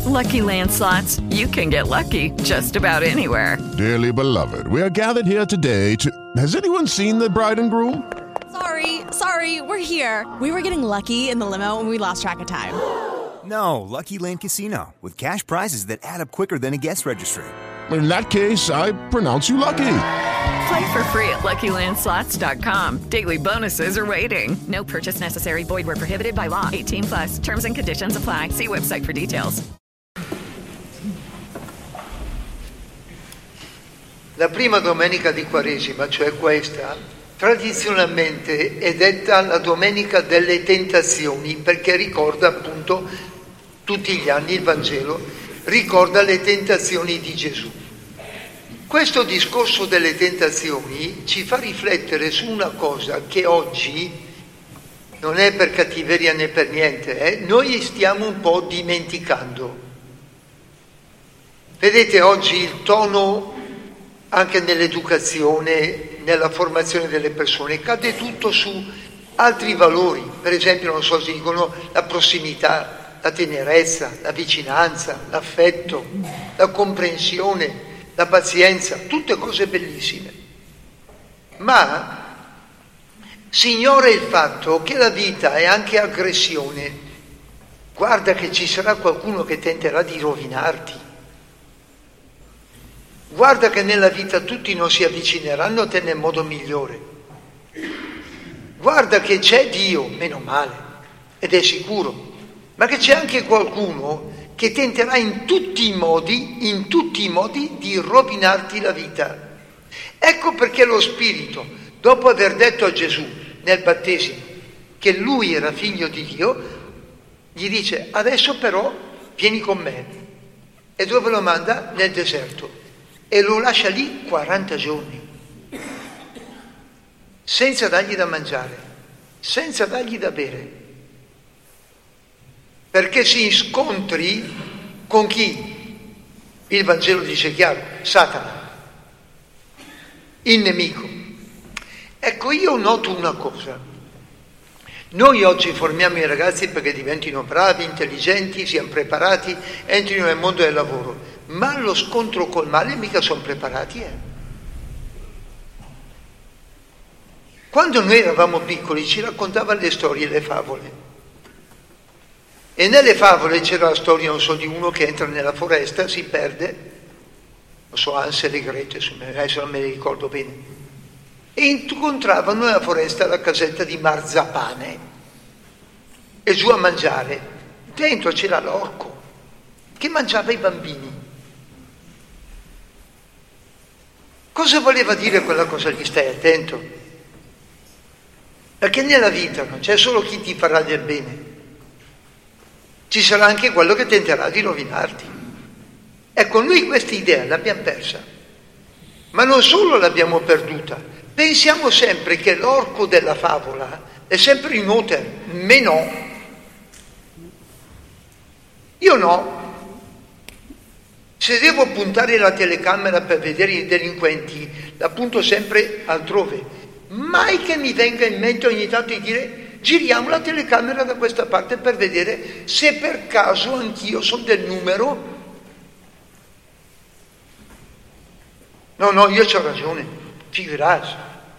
Lucky Land Slots, you can get lucky just about anywhere. Dearly beloved, we are gathered here today to... Has anyone seen the bride and groom? Sorry, we're here. We were getting lucky in the limo and we lost track of time. No, Lucky Land Casino, with cash prizes that add up quicker than a guest registry. In that case, I pronounce you lucky. Play for free at LuckyLandSlots.com. Daily bonuses are waiting. No purchase necessary. Void where prohibited by law. 18+. Terms and conditions apply. See website for details. La prima domenica di Quaresima, cioè questa, tradizionalmente è detta la domenica delle tentazioni, perché ricorda appunto tutti gli anni il Vangelo, ricorda le tentazioni di Gesù. Questo discorso delle tentazioni ci fa riflettere su una cosa che oggi non è per cattiveria né per niente, noi stiamo un po' dimenticando. Vedete, oggi il tono anche nell'educazione, nella formazione delle persone, cade tutto su altri valori. Per esempio, non so, si dicono la prossimità, la tenerezza, la vicinanza, l'affetto, la comprensione, la pazienza, tutte cose bellissime. Ma si ignora il fatto che la vita è anche aggressione. Guarda che ci sarà qualcuno che tenterà di rovinarti. Guarda che nella vita tutti non si avvicineranno a te nel modo migliore. Guarda che c'è Dio, meno male, ed è sicuro, ma che c'è anche qualcuno che tenterà in tutti i modi di rovinarti la vita. Ecco perché lo Spirito, dopo aver detto a Gesù nel battesimo che lui era figlio di Dio, gli dice: adesso però vieni con me. E dove lo manda? Nel deserto. E lo lascia lì 40 giorni, senza dargli da mangiare, senza dargli da bere, perché si scontri con chi? Il Vangelo dice chiaro: Satana, il nemico. Ecco, io noto una cosa: noi oggi formiamo i ragazzi perché diventino bravi, intelligenti, siano preparati, entrino nel mondo del lavoro. Ma allo scontro col male mica sono preparati. Quando noi eravamo piccoli ci raccontavano le storie, le favole. E nelle favole c'era la storia, non so, di uno che entra nella foresta, si perde, non so, Hansel e Gretel, adesso non me ne ricordo bene, e incontravano nella foresta la casetta di marzapane e giù a mangiare. Dentro c'era l'orco che mangiava i bambini. Cosa voleva dire quella cosa lì? Stai attento, perché nella vita non c'è solo chi ti farà del bene, ci sarà anche quello che tenterà di rovinarti. Ecco, noi questa idea l'abbiamo persa, ma non solo l'abbiamo perduta, pensiamo sempre che l'orco della favola è sempre in oter. Me no, io no. Se devo puntare la telecamera per vedere i delinquenti, la punto sempre altrove. Mai che mi venga in mente ogni tanto di dire: giriamo la telecamera da questa parte per vedere se per caso anch'io sono del numero. No, io c'ho ragione, figurarsi.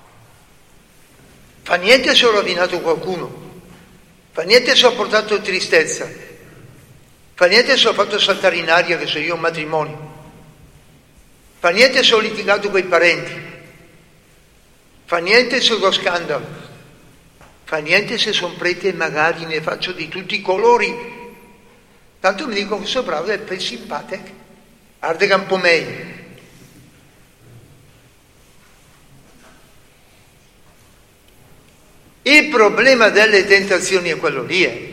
Fa niente se ho rovinato qualcuno, fa niente se ho portato tristezza, fa niente se ho fatto saltare in aria, che so io, un matrimonio, fa niente se ho litigato coi parenti, fa niente se ho lo scandalo, fa niente se sono prete e magari ne faccio di tutti i colori. Tanto mi dicono che sono bravo e per simpatico, arde campo meglio. Il problema delle tentazioni è quello lì.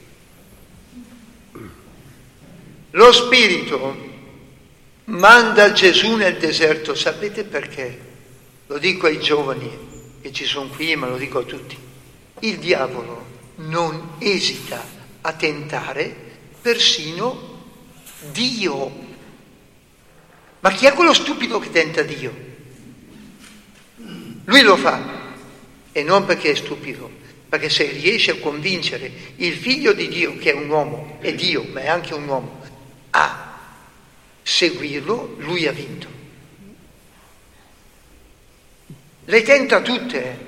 Lo Spirito manda Gesù nel deserto, sapete perché? Lo dico ai giovani che ci sono qui, ma lo dico a tutti. Il diavolo non esita a tentare persino Dio. Ma chi è quello stupido che tenta Dio? Lui lo fa. E non perché è stupido, perché se riesce a convincere il figlio di Dio, che è un uomo, è Dio, ma è anche un uomo, seguirlo, lui ha vinto. Le tenta tutte.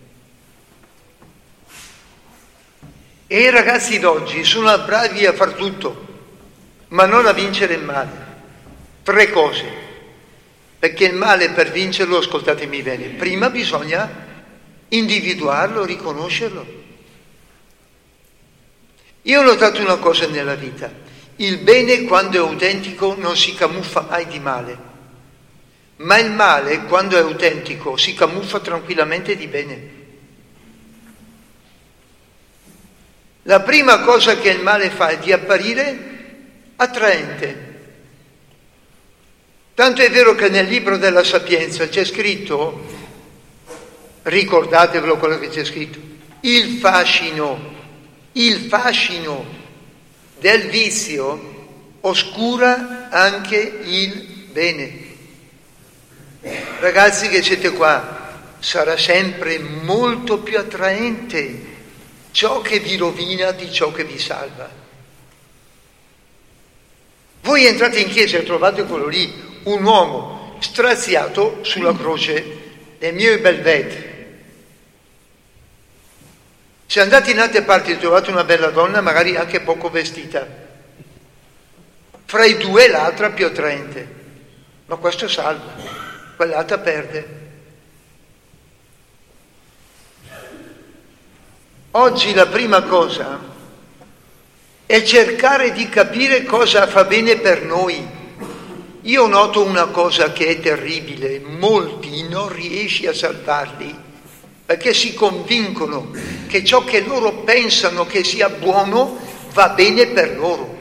E i ragazzi d'oggi sono bravi a far tutto, ma non a vincere il male. 3 cose. Perché il male, per vincerlo, ascoltatemi bene, prima bisogna individuarlo, riconoscerlo. Io ho notato una cosa nella vita: il bene, quando è autentico, non si camuffa mai di male, ma il male, quando è autentico, si camuffa tranquillamente di bene. La prima cosa che il male fa è di apparire attraente. Tanto è vero che nel libro della Sapienza c'è scritto, ricordatevelo quello che c'è scritto, il fascino del vizio oscura anche il bene. Ragazzi che siete qua, sarà sempre molto più attraente ciò che vi rovina di ciò che vi salva. Voi entrate in chiesa e trovate quello lì, un uomo straziato sulla croce, nel mio Belvedere. Se andate in altre parti e trovate una bella donna, magari anche poco vestita, fra i due l'altra più attraente, ma questo salva, quell'altra perde. Oggi la prima cosa è cercare di capire cosa fa bene per noi. Io noto una cosa che è terribile: molti non riesci a salvarli perché si convincono che ciò che loro pensano che sia buono va bene per loro.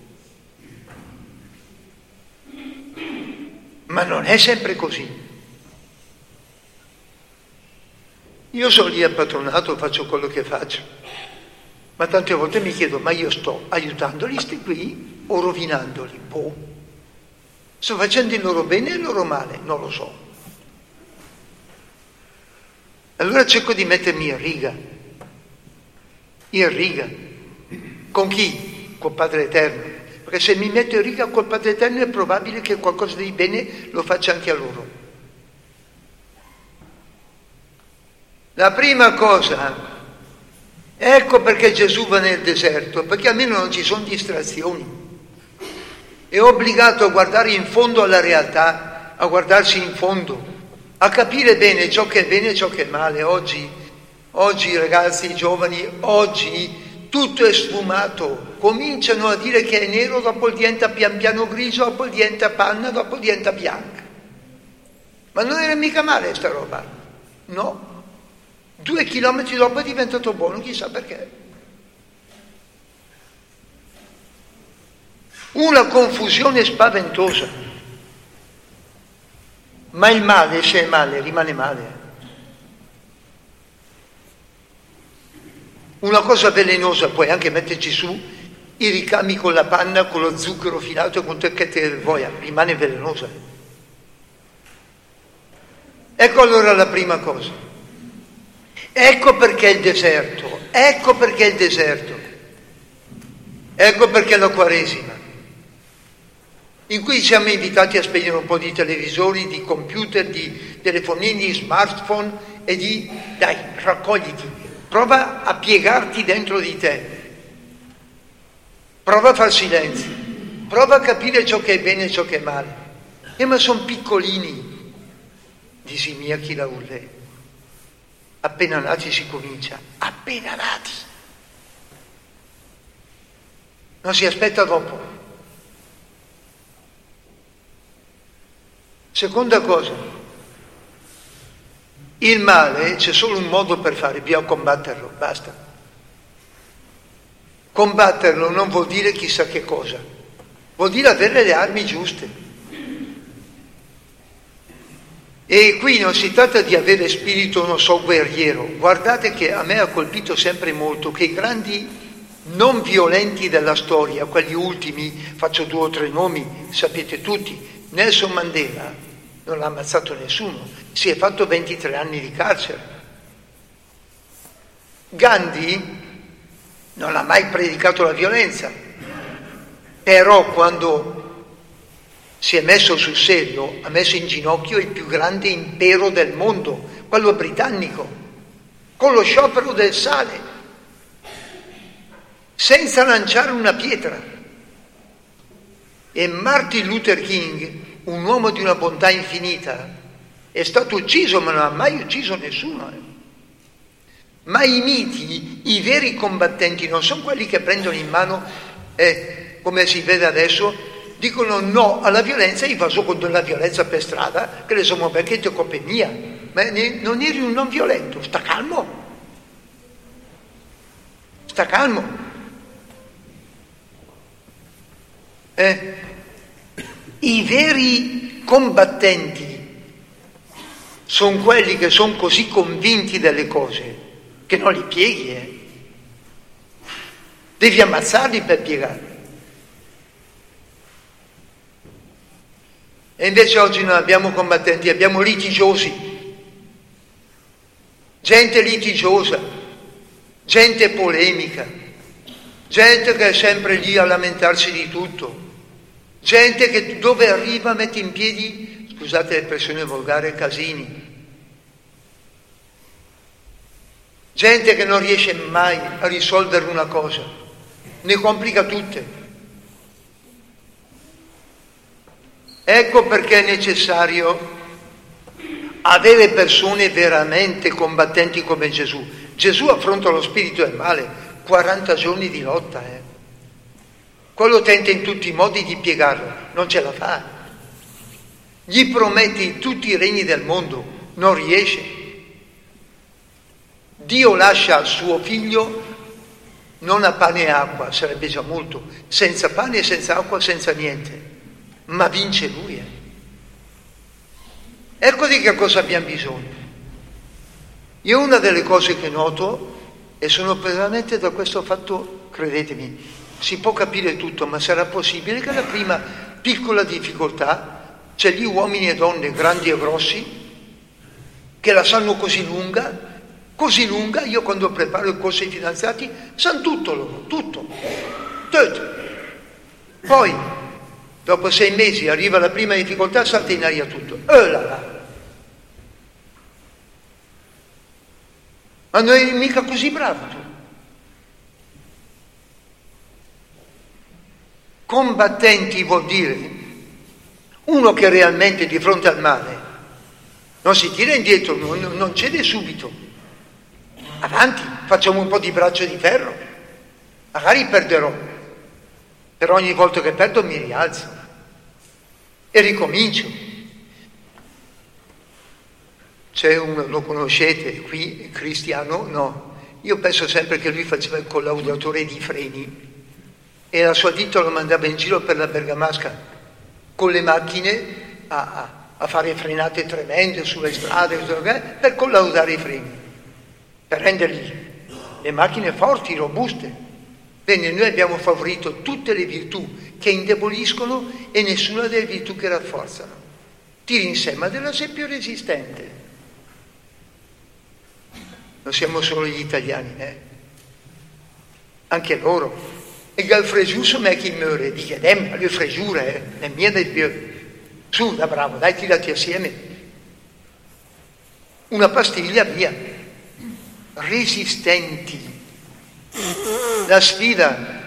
Ma non è sempre così. Io sono lì al patronato, faccio quello che faccio, ma tante volte mi chiedo: ma io sto aiutandoli sti qui o rovinandoli? Boh. Sto facendo il loro bene e il loro male? Non lo so. Allora cerco di mettermi in riga. In riga. Con chi? Col Padre Eterno. Perché se mi metto in riga col Padre Eterno è probabile che qualcosa di bene lo faccia anche a loro. La prima cosa, ecco perché Gesù va nel deserto, perché almeno non ci sono distrazioni. È obbligato a guardare in fondo alla realtà, a guardarsi in fondo, a capire bene ciò che è bene e ciò che è male. Oggi ragazzi, giovani, oggi tutto è sfumato. Cominciano a dire che è nero, dopo diventa pian piano grigio, dopo diventa panna, dopo diventa bianca. Ma non era mica male sta roba, no? 2 chilometri dopo è diventato buono, chissà perché. Una confusione spaventosa. Ma il male, se è male, rimane male. Una cosa velenosa, puoi anche metterci su i ricami con la panna, con lo zucchero filato e con te che te vuoi, rimane velenosa. Ecco allora la prima cosa. Ecco perché il deserto, ecco perché il deserto, ecco perché la Quaresima, in cui siamo invitati a spegnere un po' di televisori, di computer, di telefonini, di smartphone e dai, raccogliti, prova a piegarti dentro di te, prova a far silenzio, prova a capire ciò che è bene e ciò che è male. Ma sono piccolini, disi mia chi la urlè. Appena nati si comincia, appena nati. Non si aspetta dopo. Seconda cosa, il male c'è solo un modo per fare, bisogna combatterlo, basta. Combatterlo non vuol dire chissà che cosa, vuol dire avere le armi giuste. E qui non si tratta di avere spirito, non so, guerriero. Guardate che a me ha colpito sempre molto che i grandi non violenti della storia, quelli ultimi, faccio 2 o 3 nomi, sapete tutti. Nelson Mandela non l'ha ammazzato nessuno, si è fatto 23 anni di carcere. Gandhi non ha mai predicato la violenza, però quando si è messo sul serio, ha messo in ginocchio il più grande impero del mondo, quello britannico, con lo sciopero del sale, senza lanciare una pietra. E Martin Luther King, un uomo di una bontà infinita, è stato ucciso, ma non ha mai ucciso nessuno. Ma i miti, i veri combattenti, non sono quelli che prendono in mano, come si vede adesso, dicono no alla violenza, io vado contro la violenza per strada, che le sono perché è colpa mia. Ma non eri un non violento, sta calmo. Sta calmo. I veri combattenti sono quelli che sono così convinti delle cose che non li pieghi. Devi ammazzarli per piegarli. E invece oggi non abbiamo combattenti, abbiamo litigiosi, gente litigiosa, gente polemica, gente che è sempre lì a lamentarsi di tutto, gente che dove arriva mette in piedi, scusate l'espressione volgare, casini, gente che non riesce mai a risolvere una cosa, ne complica tutte. Ecco perché è necessario avere persone veramente combattenti come Gesù. Gesù affronta lo spirito del male, 40 giorni di lotta. Quello tenta in tutti i modi di piegarlo, non ce la fa. Gli promette tutti i regni del mondo, non riesce. Dio lascia al suo figlio non a pane e acqua, sarebbe già molto, senza pane, senza acqua, senza niente. Ma vince lui. Ecco di che cosa abbiamo bisogno. Io una delle cose che noto, e sono veramente da questo fatto, credetemi, si può capire tutto, ma sarà possibile che la prima piccola difficoltà, c'è lì uomini e donne grandi e grossi, che la sanno così lunga, io quando preparo il corso ai fidanzati, sanno tutto loro, tutto. Poi, dopo 6 mesi arriva la prima difficoltà, salta in aria tutto. Ma non eri mica così bravo tu. Combattenti vuol dire uno che realmente di fronte al male non si tira indietro, non cede subito. Avanti, facciamo un po' di braccio di ferro. Magari perderò. Però ogni volta che perdo mi rialzo e ricomincio. C'è uno, lo conoscete qui, Cristiano? No. Io penso sempre che lui faceva il collaudatore di freni e la sua ditta lo mandava in giro per la Bergamasca con le macchine a fare frenate tremende sulle strade per collaudare i freni, per renderli le macchine forti, robuste. Bene, noi abbiamo favorito tutte le virtù che indeboliscono e nessuna delle virtù che rafforzano. Tiri in sé, ma della sé più resistente. Non siamo solo gli italiani, anche loro. E il fregiuso me chi muore, dice, le freggiure, le mie del più. Su, da bravo, dai, tirati assieme. Una pastiglia, via. Resistenti. La sfida.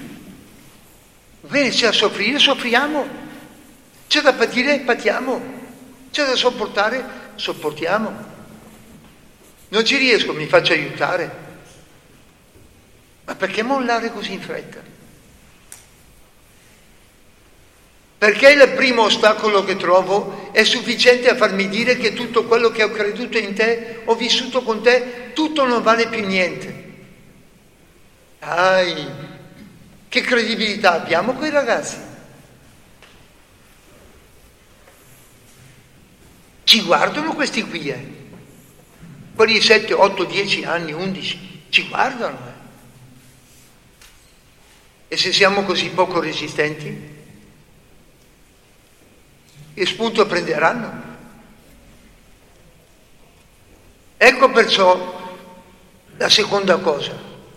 Bene, c'è da soffrire, soffriamo. C'è da patire, patiamo. C'è da sopportare, sopportiamo. Non ci riesco, mi faccio aiutare. Ma perché mollare così in fretta? Perché il primo ostacolo che trovo è sufficiente a farmi dire che tutto quello che ho creduto in te, ho vissuto con te, tutto non vale più niente. Che credibilità abbiamo quei ragazzi? Ci guardano questi qui, quelli 7, 8, 10 anni, 11, ci guardano. E se siamo così poco resistenti, che spunto prenderanno? Ecco perciò la seconda cosa,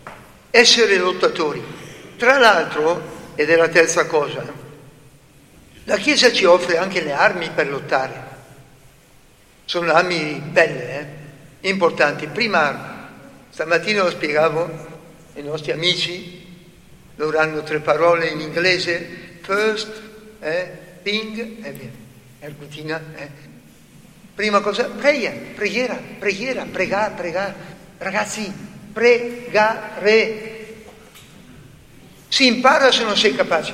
essere lottatori. Tra l'altro, ed è la terza cosa, La Chiesa ci offre anche le armi per lottare. Sono armi belle, importanti. Prima arma. Stamattina lo spiegavo ai nostri amici, loro hanno 3 parole in inglese, first, thing, e via. Ergutina, Prima cosa, preghiera, pregare. Ragazzi, pregare. Si impara se non sei capace.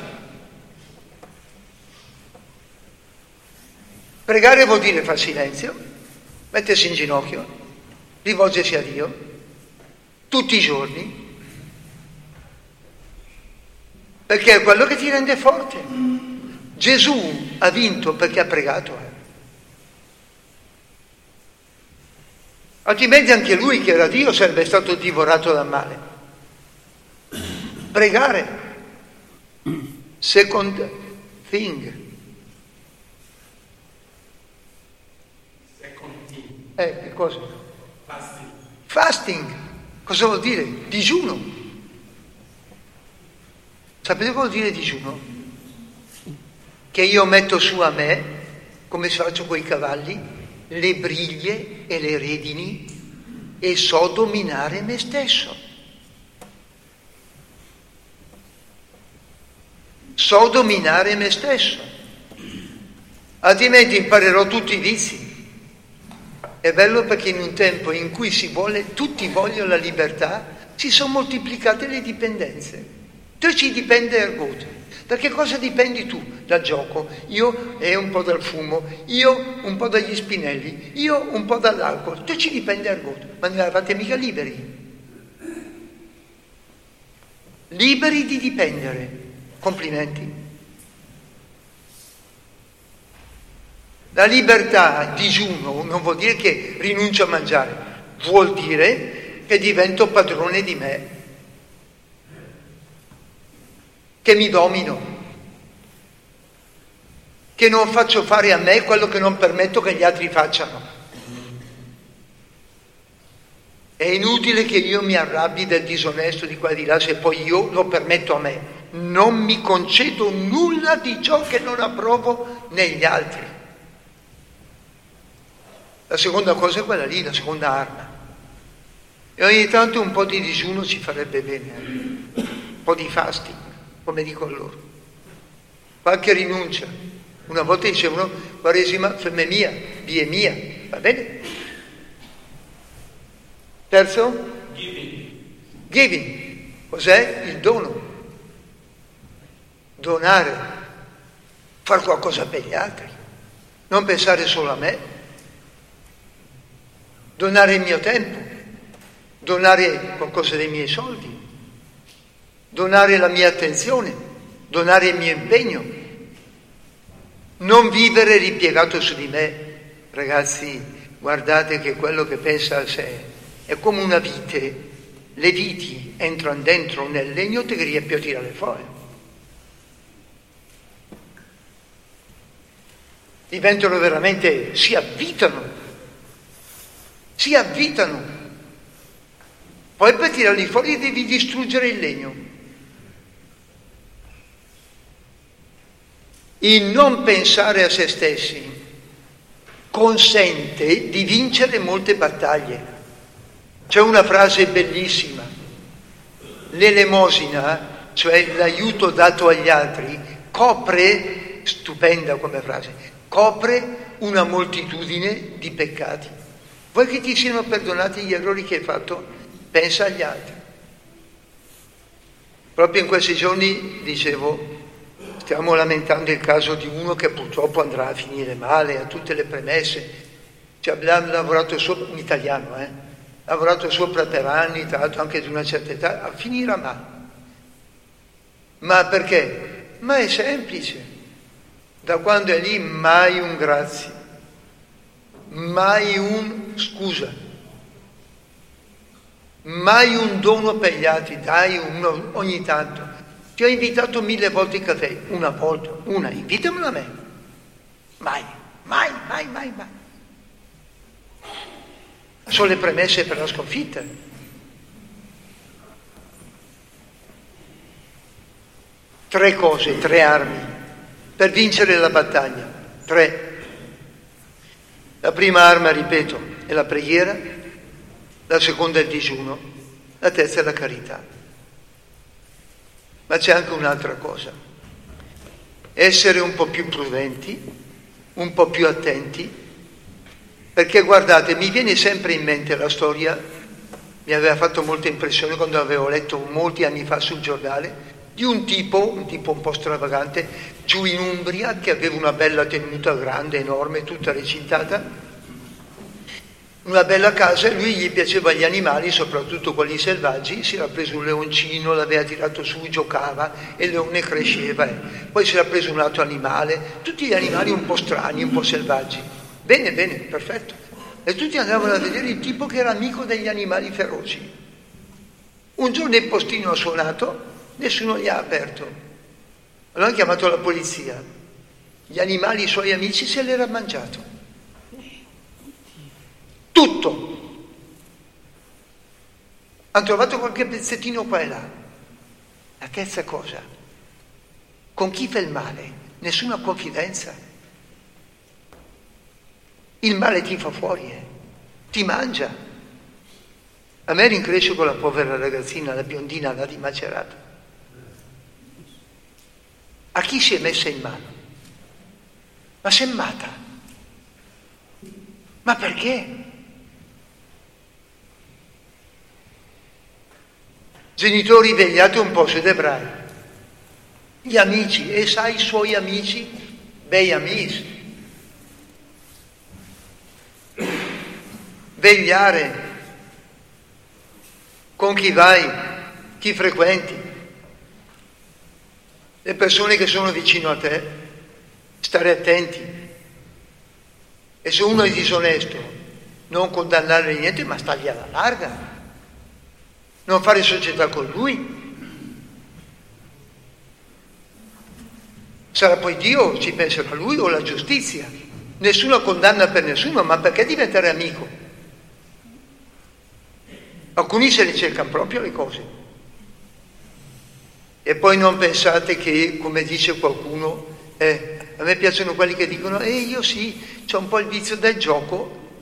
Pregare vuol dire far silenzio, mettersi in ginocchio, rivolgersi a Dio, tutti i giorni, perché è quello che ti rende forte. Gesù ha vinto perché ha pregato. Altrimenti anche lui, che era Dio, sarebbe stato divorato dal male. Pregare. Second thing. Che cosa? Fasting. Cosa vuol dire? Digiuno. Sapete cosa vuol dire digiuno? Che io metto su a me, come faccio con i cavalli, le briglie e le redini e so dominare me stesso. So dominare me stesso. Altrimenti imparerò tutti i vizi. È bello perché in un tempo in cui tutti vogliono la libertà, si sono moltiplicate le dipendenze. Tu ci dipende ergot. Da che cosa dipendi tu? Dal gioco. Io un po' dal fumo, io un po' dagli spinelli, io un po' dall'alcol. Tu ci dipende ergot. Ma non eravate mica liberi. Liberi di dipendere. Complimenti. La libertà, digiuno, non vuol dire che rinuncio a mangiare, vuol dire che divento padrone di me, che mi domino, che non faccio fare a me quello che non permetto che gli altri facciano. È inutile che io mi arrabbi del disonesto di qua e di là se poi io lo permetto a me. Non mi concedo nulla di ciò che non approvo negli altri. La seconda cosa è quella lì, la seconda arma. E ogni tanto un po' di digiuno ci farebbe bene, un po' di fasting, come dico loro. Qualche rinuncia. Una volta dicevano, Quaresima, femme mia, vie mia, va bene? Terzo? Giving. Cos'è? Il dono. Donare. Far qualcosa per gli altri. Non pensare solo a me. Donare il mio tempo, donare qualcosa dei miei soldi, donare la mia attenzione, donare il mio impegno, non vivere ripiegato su di me. Ragazzi, guardate che quello che pensa a sé è come una vite, le viti entrano dentro nel legno e ti riempie a tirare fuori. Diventano veramente, si avvitano. Poi per tirarli fuori devi distruggere il legno. Il non pensare a se stessi consente di vincere molte battaglie. C'è una frase bellissima: l'elemosina, cioè l'aiuto dato agli altri, copre, stupenda come frase, copre una moltitudine di peccati. Vuoi che ti siano perdonati gli errori che hai fatto? Pensa agli altri. Proprio in questi giorni, dicevo, stiamo lamentando il caso di uno che purtroppo andrà a finire male, ha tutte le premesse. Ci abbiamo lavorato sopra, un italiano, ha lavorato sopra per anni, tra l'altro anche di una certa età, finirà male. Ma perché? Ma è semplice. Da quando è lì mai un grazie. Mai un scusa, mai un dono per gli altri, dai uno ogni tanto. Ti ho invitato 1000 volte il caffè, una volta, invitamelo a me. Mai. Sono le premesse per la sconfitta. 3 cose, 3 armi. per vincere la battaglia. 3. La prima arma, ripeto, è la preghiera, la seconda è il digiuno, la terza è la carità. Ma c'è anche un'altra cosa: essere un po' più prudenti, un po' più attenti, perché guardate, mi viene sempre in mente la storia, mi aveva fatto molta impressione quando avevo letto molti anni fa sul giornale, di un tipo un po' stravagante, giù in Umbria, che aveva una bella tenuta grande, enorme, tutta recintata, una bella casa, e lui gli piaceva gli animali, soprattutto quelli selvaggi. Si era preso un leoncino, l'aveva tirato su, giocava, e il leone cresceva, poi si era preso un altro animale, tutti gli animali un po' strani, un po' selvaggi. Bene, perfetto. E tutti andavano a vedere il tipo che era amico degli animali feroci. Un giorno il postino ha suonato, nessuno gli ha aperto. Allora hanno chiamato la polizia. Gli animali, i suoi amici, se l'era mangiato. Tutto. Hanno trovato qualche pezzettino qua e là. La terza cosa: con chi fa il male? Nessuna confidenza. Il male ti fa fuori, ti mangia. A me rincresce con la povera ragazzina, la biondina là di Macerata. A chi si è messa in mano? Ma si è matta. Ma perché? Genitori, vegliate un po', siete bravi. Gli amici, e sai i suoi amici? Bei amici. Vegliare con chi vai, chi frequenti, le persone che sono vicino a te, stare attenti. E se uno è disonesto, non condannare niente, ma stargli alla larga. Non fare società con lui. Sarà poi Dio, ci penserà lui, o la giustizia. Nessuna condanna per nessuno, ma perché diventare amico? Alcuni se ne cercano proprio le cose. E poi non pensate che, come dice qualcuno, a me piacciono quelli che dicono io sì, c'ho un po' il vizio del gioco.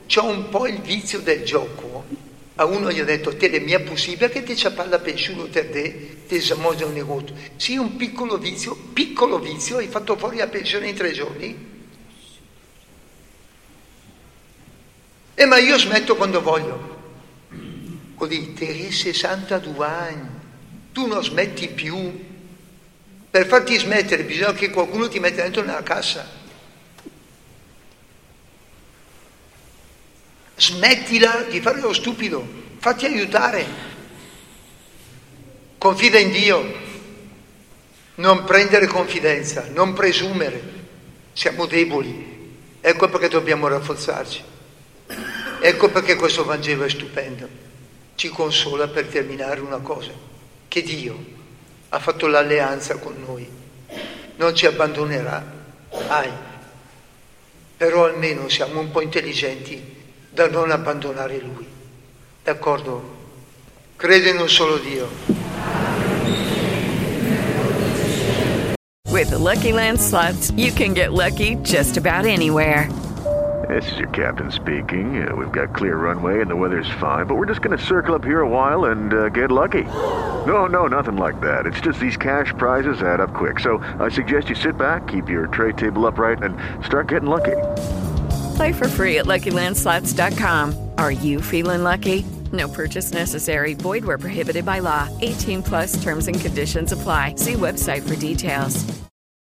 A uno gli ho detto: te le mie possibile che ti ciapalla pesciuno per te zamosa un negozio. Sì, un piccolo vizio, hai fatto fuori la pensione in 3 giorni? Ma io smetto quando voglio. Così, te 62 anni, tu non smetti più. Per farti smettere bisogna che qualcuno ti metta dentro nella cassa. Smettila di fare lo stupido, fatti aiutare, confida in Dio, non prendere confidenza, non presumere, siamo deboli, ecco perché dobbiamo rafforzarci, ecco perché questo Vangelo è stupendo, ci consola per terminare una cosa, che Dio ha fatto l'alleanza con noi, non ci abbandonerà mai, però almeno siamo un po' intelligenti da non abbandonare Lui. D'accordo? Credo in un solo Dio. With the Lucky Land Slots, you can get lucky just about anywhere. This is your captain speaking. We've got clear runway and the weather's fine, but we're just going to circle up here a while and get lucky. No, nothing like that. It's just these cash prizes add up quick. So I suggest you sit back, keep your tray table upright, and start getting lucky. Play for free at LuckyLandSlots.com. Are you feeling lucky? No purchase necessary. Void where prohibited by law. 18+ terms and conditions apply. See website for details.